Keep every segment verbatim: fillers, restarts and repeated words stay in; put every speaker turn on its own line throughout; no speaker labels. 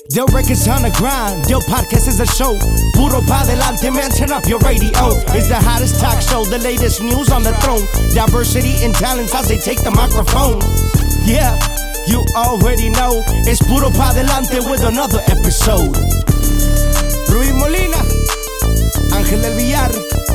Del records on the grind, Del podcast is a show. Puro pa delante, man, turn up your radio. It's the hottest talk show, the latest news on the throne. Diversity and talents as they take the microphone. Yeah, you already know. It's Puro pa delante with another episode. Ruiz Molina, Ángel del Villar.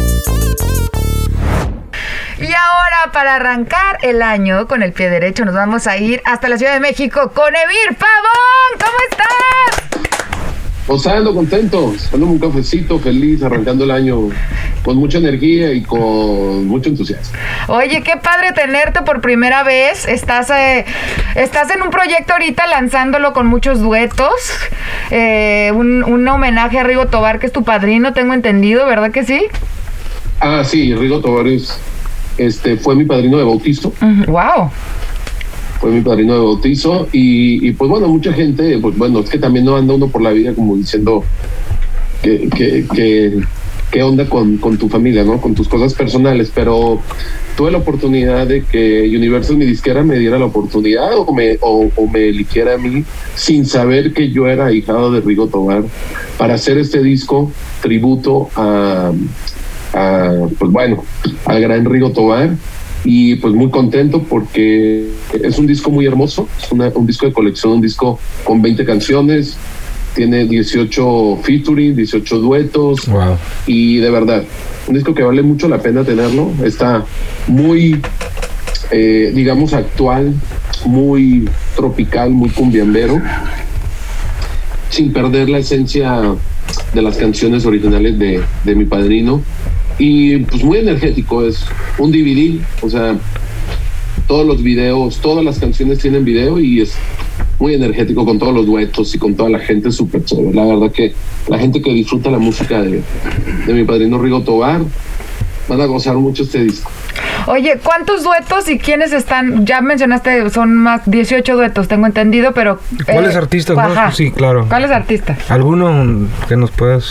Y ahora, para arrancar el año con el pie derecho, nos vamos a ir hasta la Ciudad de México con Emir Pavón. ¿Cómo estás?
Pues ando contento, dándome un cafecito, feliz, arrancando el año con mucha energía y con mucho entusiasmo.
Oye, qué padre tenerte por primera vez. Estás, eh, estás en un proyecto ahorita lanzándolo con muchos duetos. Eh, un, un homenaje a Rigo Tobar, que es tu padrino, tengo entendido, ¿verdad que sí?
Ah, sí, Rigo Tobar es... Este, fue mi padrino de bautizo.
Uh, wow.
Fue mi padrino de bautizo y, y pues bueno, mucha gente, pues bueno, es que también no anda uno por la vida como diciendo que, que, que, qué onda con, con tu familia, ¿no? Con tus cosas personales, pero tuve la oportunidad de que Universal, mi disquera, me diera la oportunidad o me, o, o me eligiera a mí sin saber que yo era ahijado de Rigo Tobar para hacer este disco tributo a... A, pues bueno, al gran Rigo Tobar, y pues muy contento porque es un disco muy hermoso, es una, un disco de colección, un disco con veinte canciones, tiene dieciocho featuring, dieciocho duetos.
Wow. Y
de verdad, un disco que vale mucho la pena tenerlo, está muy, eh, digamos, actual, muy tropical, muy cumbiambero, sin perder la esencia de las canciones originales de, de mi padrino. Y pues muy energético, es un D V D, o sea, todos los videos, todas las canciones tienen video y es muy energético con todos los duetos y con toda la gente súper chévere. La verdad que la gente que disfruta la música de, de mi padrino Rigo Tobar van a gozar mucho este disco.
Oye, ¿cuántos duetos y quiénes están? Ya mencionaste, son más dieciocho duetos, tengo entendido, pero...
¿Cuáles eh, artistas? ¿No? Sí, claro.
¿Cuáles artistas?
¿Alguno que nos puedas...?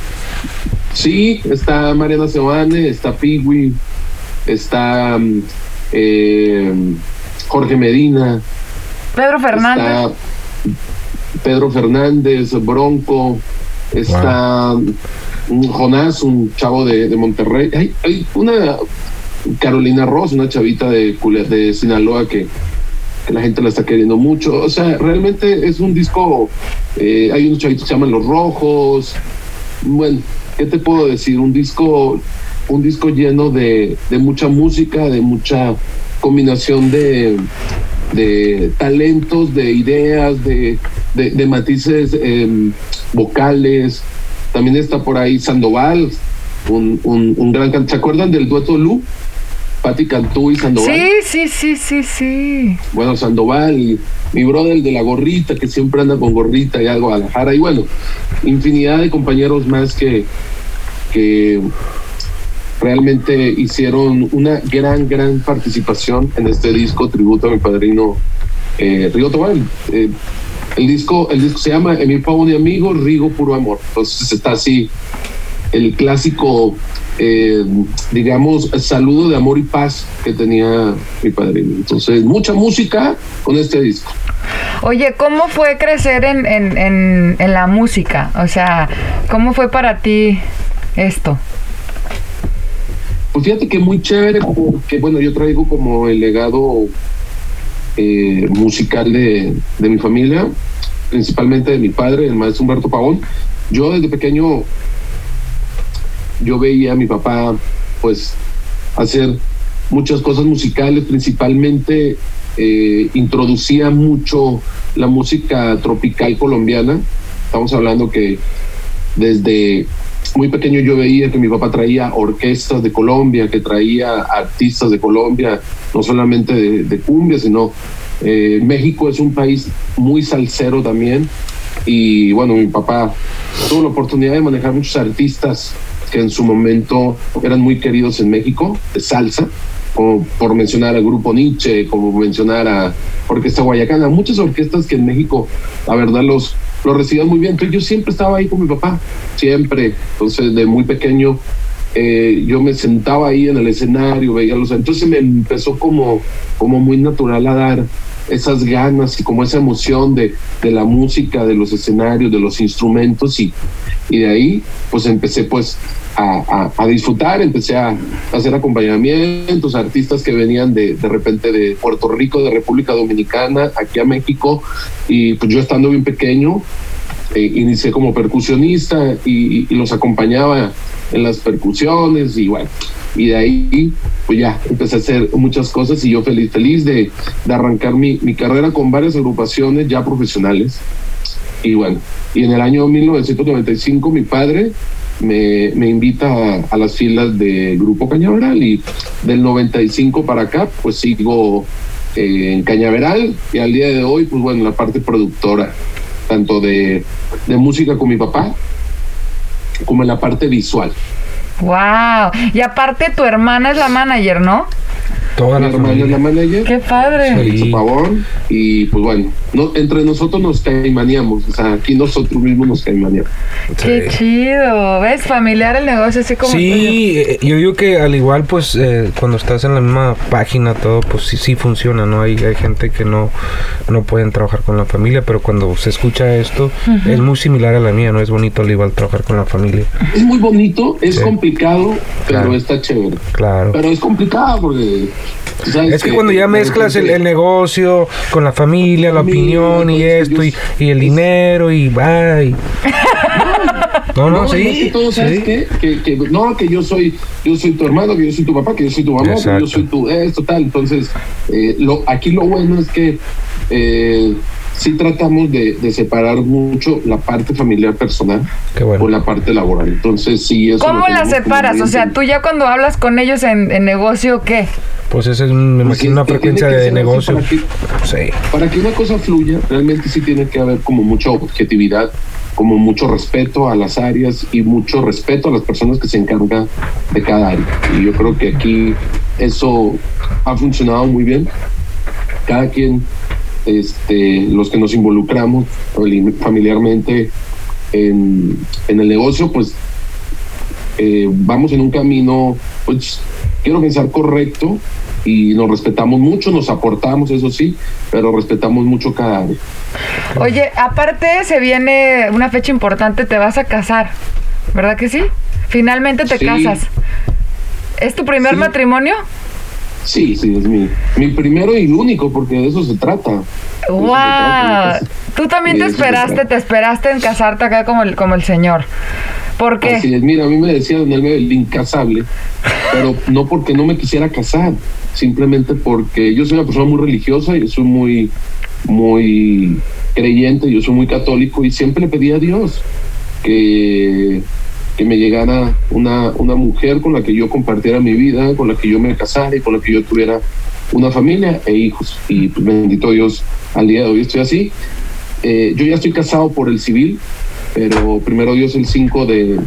Sí, está Mariana Seoane, está Pigui, está eh, Jorge Medina,
Pedro Fernández,
está Pedro Fernández, Bronco, está wow. Jonás, un chavo de, de Monterrey. Hay, hay una Carolina Ross, una chavita de, de Sinaloa que, que la gente la está queriendo mucho. O sea, realmente es un disco, eh, hay unos chavitos que se llaman Los Rojos. Bueno, ¿qué te puedo decir? Un disco, un disco lleno de, de mucha música, de mucha combinación de, de talentos, de ideas, de, de, de matices eh, vocales. También está por ahí Sandoval, un, un, un gran cantante. ¿Se acuerdan del dueto Lu? Pati Cantú y Sandoval.
Sí, sí, sí, sí, sí.
Bueno, Sandoval y mi brother de la gorrita, que siempre anda con gorrita y algo a Guadalajara. Y bueno, infinidad de compañeros más que, que realmente hicieron una gran, gran participación en este disco tributo a mi padrino eh, Rigo Tobar. Eh, el disco, el disco se llama Emir Pavón y Amigos, Rigo Puro Amor. Entonces está así el clásico, eh, digamos, saludo de amor y paz que tenía mi padrino. Entonces, mucha música con este disco.
Oye, ¿cómo fue crecer en, en, en, en la música? O sea, ¿cómo fue para ti esto?
Pues fíjate que muy chévere, porque bueno, yo traigo como el legado eh, musical de, de mi familia, principalmente de mi padre, el maestro Humberto Pavón. Yo desde pequeño yo veía a mi papá pues hacer muchas cosas musicales, principalmente eh, introducía mucho la música tropical colombiana. Estamos hablando que desde muy pequeño yo veía que mi papá traía orquestas de Colombia, que traía artistas de Colombia, no solamente de, de cumbia, sino eh, México es un país muy salsero también. Y bueno, mi papá tuvo la oportunidad de manejar muchos artistas que en su momento eran muy queridos en México, de salsa, como por mencionar al grupo Nietzsche, como mencionar a Orquesta Guayacana, muchas orquestas que en México, la verdad, los, los recibían muy bien. Entonces yo siempre estaba ahí con mi papá, siempre. Entonces de muy pequeño eh, yo me sentaba ahí en el escenario, veía los... Entonces me empezó como, como muy natural a dar esas ganas y como esa emoción de, de la música, de los escenarios, de los instrumentos, y, y de ahí pues empecé pues a, a, a disfrutar, empecé a, a hacer acompañamientos, artistas que venían de, de repente de Puerto Rico, de República Dominicana, aquí a México, y pues yo estando bien pequeño, eh, inicié como percusionista y, y los acompañaba en las percusiones, y bueno, y de ahí pues ya empecé a hacer muchas cosas, y yo feliz, feliz de, de arrancar mi, mi carrera con varias agrupaciones ya profesionales. Y bueno, y en el año mil novecientos noventa y cinco mi padre me, me invita a, a las filas del Grupo Cañaveral, y del noventa y cinco para acá pues sigo eh, en Cañaveral, y al día de hoy pues bueno, la parte productora tanto de, de música con mi papá como en la parte visual.
Wow. Y aparte tu hermana es la manager, ¿no?
Toda
Mi
la
hermana
familia.
es la manager.
Qué padre.
Sí. Su pavón, y pues bueno, no, entre nosotros nos caimaneamos, o sea, aquí nosotros mismos nos caimaneamos.
Qué
Sí.
chido. ¿Ves? Familiar el negocio, así como
Sí, eh, yo digo que al igual, pues, eh, cuando estás en la misma página, todo, pues sí, sí funciona, ¿no? Hay, hay gente que no, no pueden trabajar con la familia, pero cuando se escucha esto, uh-huh. es muy similar a la mía, ¿no? Es bonito al igual trabajar con la familia.
Es muy bonito, es
Sí.
complicado, pero
Claro.
está chévere.
Claro.
Pero es complicado porque... ¿sabes?
Es que cuando ya mezclas el, el negocio con la familia, la
Familia,
opinión y
pues,
esto, y,
yo-
y el dinero, y bye. No, no,
No,
sí.
más que todo, ¿sabes
sí.
qué? Que, que, no, que yo soy, yo soy tu hermano, que yo soy tu papá, que yo soy tu mamá, que
Exacto.
yo soy tu esto, tal. Entonces, eh, lo, aquí lo bueno es que eh, sí tratamos de, de separar mucho la parte familiar personal
Qué bueno.
con la parte laboral. Entonces, sí, eso
¿Cómo
lo
la
tenemos como
separas?
muy
O sea, tú
entendido.
ya cuando hablas con ellos en, en negocio, ¿qué?
Pues esa es, me
Pues
imagino,
sí,
una
que
frecuencia
tiene que
de
ser así
negocio.
para que-
Sí.
Para que una cosa fluya, realmente sí tiene que haber como mucha objetividad, como mucho respeto a las áreas y mucho respeto a las personas que se encargan de cada área. Y yo creo que aquí eso ha funcionado muy bien. Cada quien, este, los que nos involucramos familiarmente en, en el negocio, pues eh, vamos en un camino, pues quiero pensar correcto, y nos respetamos mucho, nos aportamos, eso sí, pero respetamos mucho cada área.
Oye, aparte se viene una fecha importante, te vas a casar, ¿verdad que sí? Finalmente te
Sí.
casas. ¿Es tu primer
Sí.
matrimonio?
Sí, sí, es mi, mi primero y único, porque de eso se trata. De eso se
¡Wow!
trata.
Tú también
Sí,
te
de eso se
esperaste,
trata.
te esperaste en casarte acá como el, como el señor. ¿Por qué?
Así es, mira, a mí me decían el, el incasable, pero no porque no me quisiera casar, simplemente porque yo soy una persona muy religiosa, yo soy muy, muy creyente, yo soy muy católico, y siempre le pedí a Dios que, que me llegara una, una mujer con la que yo compartiera mi vida, con la que yo me casara y con la que yo tuviera una familia e hijos. Y pues, bendito Dios, al día de hoy estoy así. Eh, yo ya estoy casado por el civil, pero primero Dios, el cinco de,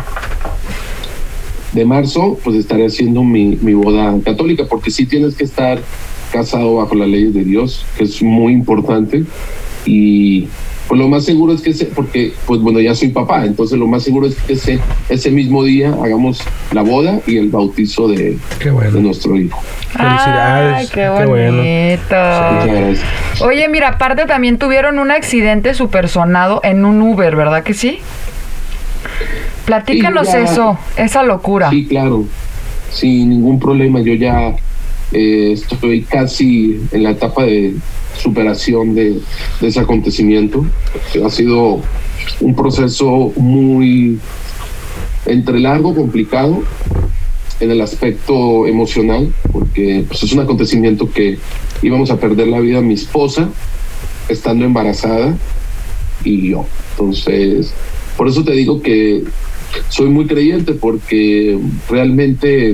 de marzo, pues estaré haciendo mi, mi boda católica, porque sí tienes que estar casado bajo las leyes de Dios, que es muy importante. Y pues lo más seguro es que ese, porque pues bueno, ya soy papá, entonces lo más seguro es que ese, ese mismo día hagamos la boda y el bautizo de,
Qué bueno.
de nuestro hijo.
Felicidades.
Ay, qué
Qué
bonito.
bueno.
Muchas gracias.
Oye, mira, aparte también tuvieron un accidente supersonado en un Uber, ¿verdad que sí? Platícanos
Sí, ya-
eso, esa locura.
Sí, claro, sin ningún problema. Yo ya eh, estoy casi en la etapa de superación de, de ese acontecimiento. Ha sido un proceso muy entre largo, complicado en el aspecto emocional, porque pues, es un acontecimiento que íbamos a perder la vida mi esposa estando embarazada y yo. Entonces, por eso te digo que soy muy creyente, porque realmente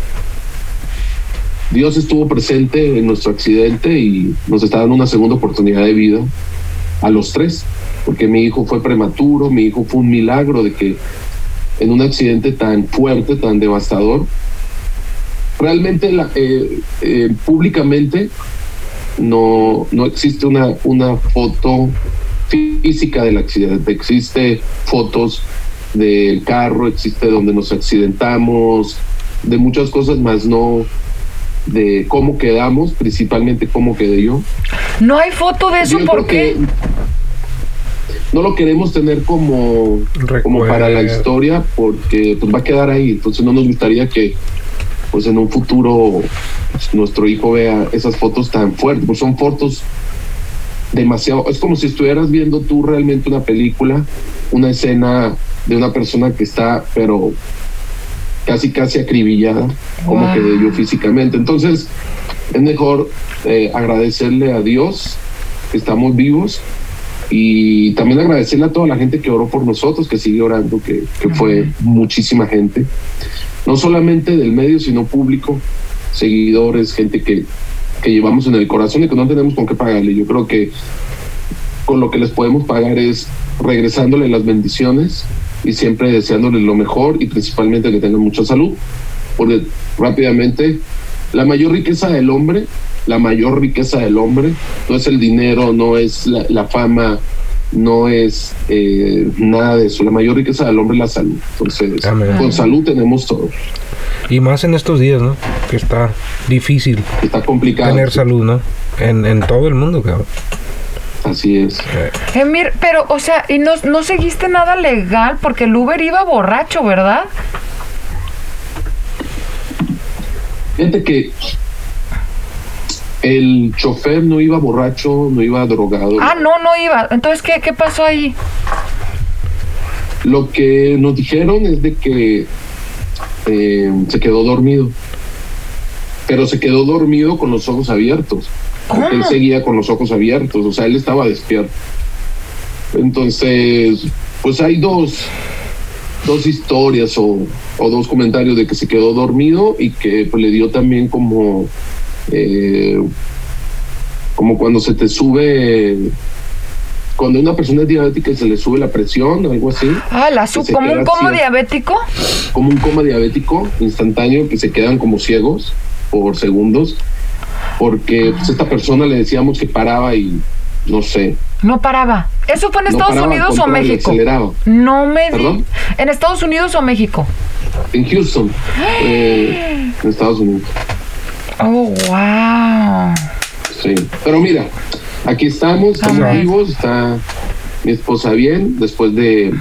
Dios estuvo presente en nuestro accidente y nos está dando una segunda oportunidad de vida a los tres, porque mi hijo fue prematuro, mi hijo fue un milagro de que en un accidente tan fuerte, tan devastador, realmente la, eh, eh, públicamente no, no existe una, una foto física del accidente, existe fotos del carro, existe donde nos accidentamos, de muchas cosas, más no de cómo quedamos, principalmente cómo quedé yo.
No hay foto de eso,
Yo
¿por
creo
qué?
que no lo queremos tener como, como para la historia, porque pues va a quedar ahí. Entonces no nos gustaría que pues en un futuro pues, nuestro hijo vea esas fotos tan fuertes, pues son fotos demasiado, es como si estuvieras viendo tú realmente una película, una escena de una persona que está pero casi casi acribillada, como
Wow.
quedé yo físicamente. Entonces es mejor eh, agradecerle a Dios que estamos vivos, y también agradecerle a toda la gente que oró por nosotros, que sigue orando, que, que fue muchísima gente, no solamente del medio sino público, seguidores, gente que, que llevamos en el corazón y que no tenemos con qué pagarle. Yo creo que con lo que les podemos pagar es regresándole las bendiciones y siempre deseándoles lo mejor, y principalmente que tengan mucha salud, porque rápidamente la mayor riqueza del hombre, la mayor riqueza del hombre no es el dinero, no es la, la fama, no es eh, nada de eso. La mayor riqueza del hombre es la salud. Entonces,
Amén.
con salud tenemos todo.
Y más en estos días, ¿no? Que está difícil
Está complicado.
tener salud, ¿no? En, en todo el mundo, cabrón.
Así es.
Emir, pero, o sea, y no, no seguiste nada legal porque el Uber iba borracho, ¿verdad?
Fíjate que el chofer no iba borracho, no iba drogado.
Ah, no, no iba. Entonces, ¿qué, qué pasó ahí?
Lo que nos dijeron es de que eh, se quedó dormido, pero se quedó dormido con los ojos abiertos.
¿Cómo?
Él seguía con los ojos abiertos, o sea, él estaba despierto. Entonces, pues hay dos, dos historias o, o dos comentarios de que se quedó dormido y que pues, le dio también como, eh, como cuando se te sube, cuando una persona es diabética y se le sube la presión, algo así.
Ah, la sub,
se
como un
queda
como
ciego.
diabético.
Como un coma diabético instantáneo, que se quedan como ciegos por segundos, porque pues, esta persona le decíamos que paraba y no sé.
No paraba. ¿Eso fue en
no
Estados
paraba, al
Unidos o
contrario,
México?
aceleraba.
No me di.
¿Perdón?
¿En Estados Unidos o México?
En Houston, eh, en Estados Unidos.
Oh, wow.
Sí, pero mira, aquí estamos, estamos
Amén.
vivos, está mi esposa bien, después de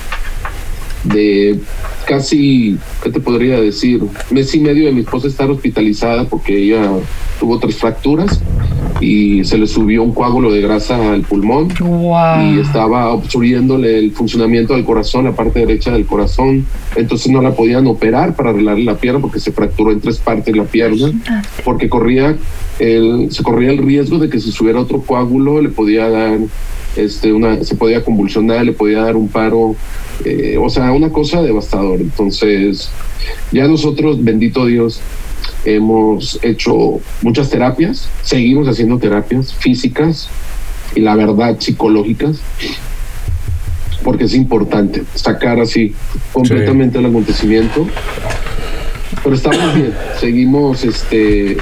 de casi, ¿qué te podría decir? Mes y medio de mi esposa estar hospitalizada porque ella tuvo tres fracturas y se le subió un coágulo de grasa al pulmón
Wow.
y estaba obstruyéndole el funcionamiento del corazón, la parte derecha del corazón. Entonces no la podían operar para arreglarle la pierna porque se fracturó en tres partes la pierna, porque corría el, se corría el riesgo de que si subiera otro coágulo le podía dar este una se podía convulsionar, le podía dar un paro, eh, o sea, una cosa devastadora. Entonces ya nosotros, bendito Dios, hemos hecho muchas terapias, seguimos haciendo terapias físicas y la verdad psicológicas, porque es importante sacar así completamente el acontecimiento. Pero estamos bien, seguimos este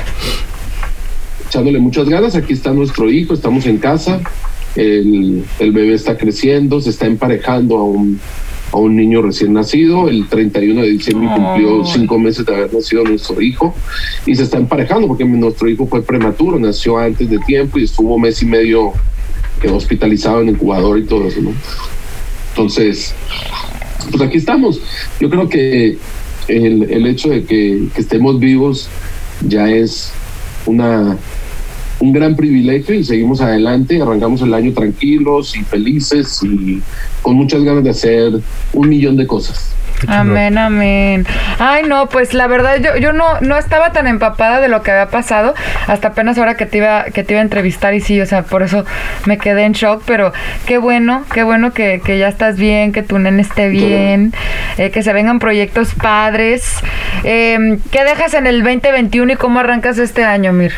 echándole muchas ganas. Aquí está nuestro hijo, estamos en casa, el, el bebé está creciendo, se está emparejando a un a un niño recién nacido. El treinta y uno de diciembre
Oh.
cumplió cinco meses de haber nacido nuestro hijo y se está emparejando porque nuestro hijo fue prematuro, nació antes de tiempo y estuvo mes y medio quedó hospitalizado en incubador y todo eso, ¿no? Entonces, pues aquí estamos. Yo creo que el, el hecho de que, que estemos vivos ya es una un gran privilegio y seguimos adelante, arrancamos el año tranquilos y felices y con muchas ganas de hacer un millón de cosas.
Amén, amén. Ay, no, pues la verdad yo, yo no, no estaba tan empapada de lo que había pasado hasta apenas ahora que te iba, que te iba a entrevistar y sí, o sea, por eso me quedé en shock, pero qué bueno, qué bueno que, que ya estás bien, que tu nene esté bien, eh, que se vengan proyectos padres. Eh, ¿Qué dejas en el veinte veintiuno y cómo arrancas este año, Mir?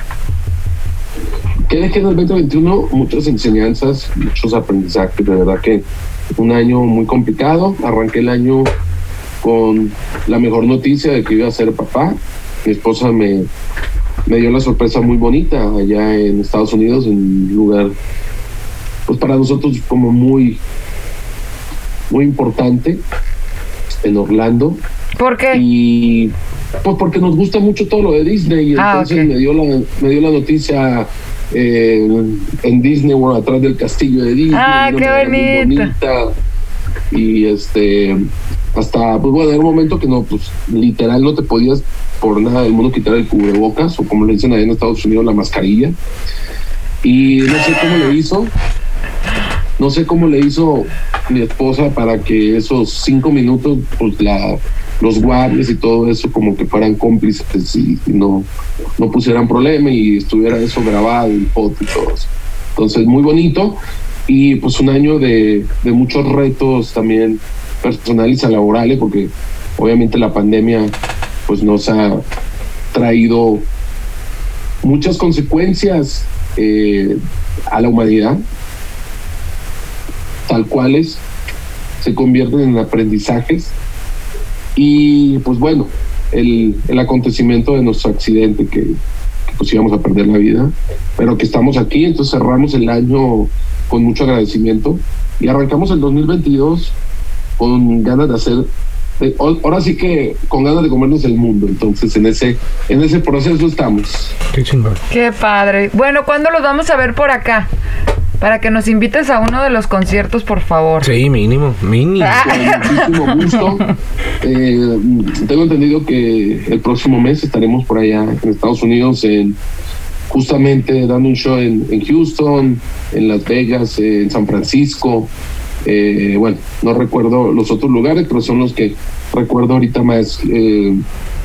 ¿Qué dejé en el veinte veintiuno? Muchas enseñanzas, muchos aprendizajes, de verdad que un año muy complicado. Arranqué el año con la mejor noticia de que iba a ser papá. Mi esposa me, me dio la sorpresa muy bonita allá en Estados Unidos, en un lugar, pues para nosotros como muy, muy importante, en Orlando.
¿Por qué?
Y Pues porque nos gusta mucho todo lo de Disney y
ah,
entonces
okay.
me dio la me dio la noticia eh, en Disney World, atrás del castillo de Disney.
Ah, qué bonito.
bonita. Y este hasta pues bueno, era un momento que no, pues literal no te podías por nada del mundo quitar el cubrebocas, o como le dicen allá en Estados Unidos, la mascarilla. Y no sé cómo le hizo, no sé cómo le hizo mi esposa para que esos cinco minutos, pues la, los guardias y todo eso como que fueran cómplices y, y no, no pusieran problema y estuviera eso grabado y foto y todo eso. Entonces, muy bonito. Y pues un año de, de muchos retos también personales y laborales, porque obviamente la pandemia pues nos ha traído muchas consecuencias eh, a la humanidad, tal cuales se convierten en aprendizajes. Y pues bueno, el, el acontecimiento de nuestro accidente que, que pues íbamos a perder la vida, pero que estamos aquí, entonces cerramos el año con mucho agradecimiento y arrancamos el dos mil veintidós con ganas de hacer, de, ahora sí que con ganas de comernos el mundo. Entonces en ese en ese proceso estamos.
Qué chingón.
Qué padre. Bueno, ¿cuándo los vamos a ver por acá? Para que nos invites a uno de los conciertos, por favor.
Sí, mínimo, mínimo.
Con muchísimo gusto. Eh, tengo entendido que el próximo mes estaremos por allá en Estados Unidos, en justamente dando un show en, en Houston, en Las Vegas, en San Francisco. Eh, bueno, no recuerdo los otros lugares, pero son los que recuerdo ahorita más. Eh,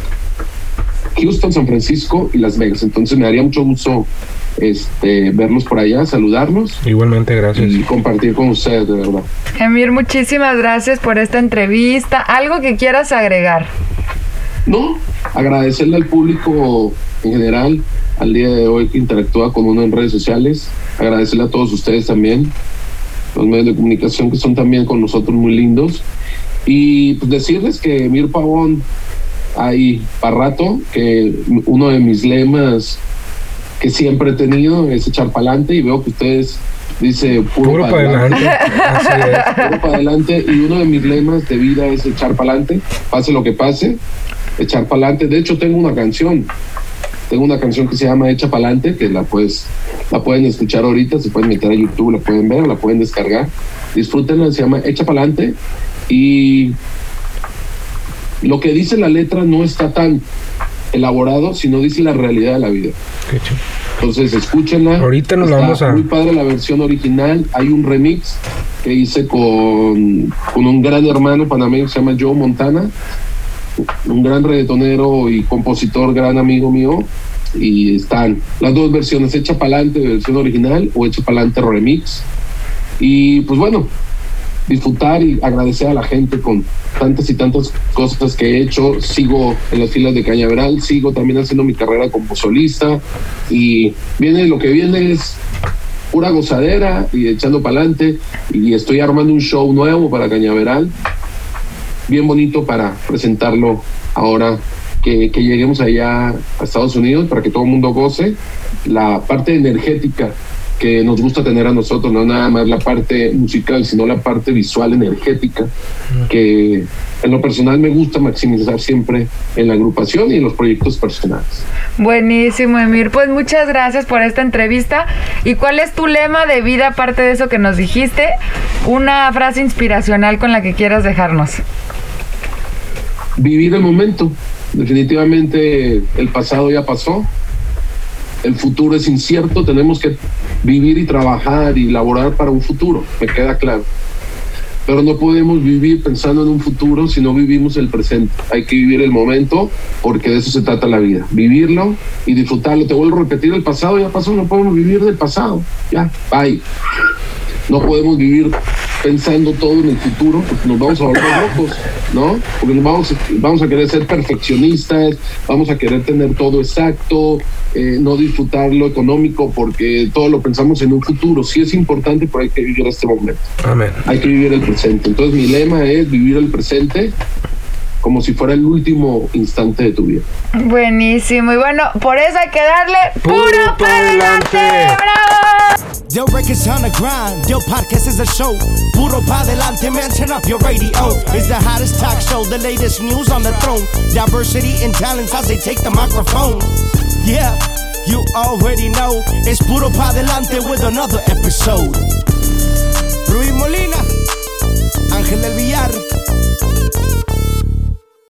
Houston, San Francisco y Las Vegas. Entonces me daría mucho gusto este, verlos por allá, saludarlos.
Igualmente, gracias.
Y compartir con ustedes, de verdad.
Emir, muchísimas gracias por esta entrevista. ¿Algo que quieras agregar?
No, agradecerle al público en general, al día de hoy que interactúa con uno en redes sociales. Agradecerle a todos ustedes también, los medios de comunicación que son también con nosotros muy lindos. Y pues decirles que Emir Pavón, hay para rato, que uno de mis lemas que siempre he tenido es echar para adelante, y veo que ustedes dice puro,
puro para adelante. Así es.
Puro para adelante, y uno de mis lemas de vida es echar para adelante, pase lo que pase, echar para adelante. De hecho, tengo una canción, tengo una canción que se llama Echa para adelante, que la pues la pueden escuchar ahorita, se pueden meter a YouTube, la pueden ver, la pueden descargar, disfrútenla, se llama Echa para adelante. Y lo que dice la letra no está tan elaborado, sino dice la realidad de la vida.
Qué chido.
Entonces escúchenla.
Ahorita nos
está
la vamos a...
muy padre la versión original. Hay un remix que hice con, con un gran hermano panameño que se llama Joe Montana, un gran reggaetonero y compositor, gran amigo mío. Y están las dos versiones, Echa Pa'lante versión original o Echa Pa'lante remix. Y pues bueno, disfrutar y agradecer a la gente con tantas y tantas cosas que he hecho. Sigo en las filas de Cañaveral, sigo también haciendo mi carrera como solista, y viene lo que viene es pura gozadera y echando para adelante, y estoy armando un show nuevo para Cañaveral, bien bonito para presentarlo ahora que, que lleguemos allá a Estados Unidos, para que todo el mundo goce la parte energética que nos gusta tener a nosotros, no nada más la parte musical, sino la parte visual energética, que en lo personal me gusta maximizar siempre en la agrupación y en los proyectos personales.
Buenísimo, Emir. Pues muchas gracias por esta entrevista. ¿Y cuál es tu lema de vida, aparte de eso que nos dijiste? Una frase inspiracional con la que quieras dejarnos.
Vivir el momento. Definitivamente el pasado ya pasó. El futuro es incierto, tenemos que vivir y trabajar y laborar para un futuro, me queda claro. Pero no podemos vivir pensando en un futuro si no vivimos el presente. Hay que vivir el momento, porque de eso se trata la vida. Vivirlo y disfrutarlo. Te vuelvo a repetir, el pasado ya pasó, no podemos vivir del pasado. Ya, bye. No podemos vivir pensando todo en el futuro, porque nos vamos a volver locos, ¿no? Porque nos vamos, vamos a querer ser perfeccionistas, vamos a querer tener todo exacto, eh, no disfrutar lo económico, porque todo lo pensamos en un futuro. Sí es importante, pero hay que vivir este momento.
Amén.
Hay que vivir el presente. Entonces mi lema es vivir el presente como si fuera el último instante de tu vida.
Buenísimo. Y bueno, por eso hay que darle
puro,
puro para adelante. ¡Bravo!
Yo records on the grind, Yo podcast is a show. Puro pa' delante, man, turn up your radio. It's the hottest talk show, the latest news on the throne. Diversity and talents as they take the microphone. Yeah, you already know. It's Puro pa' delante with another episode. Ruiz Molina.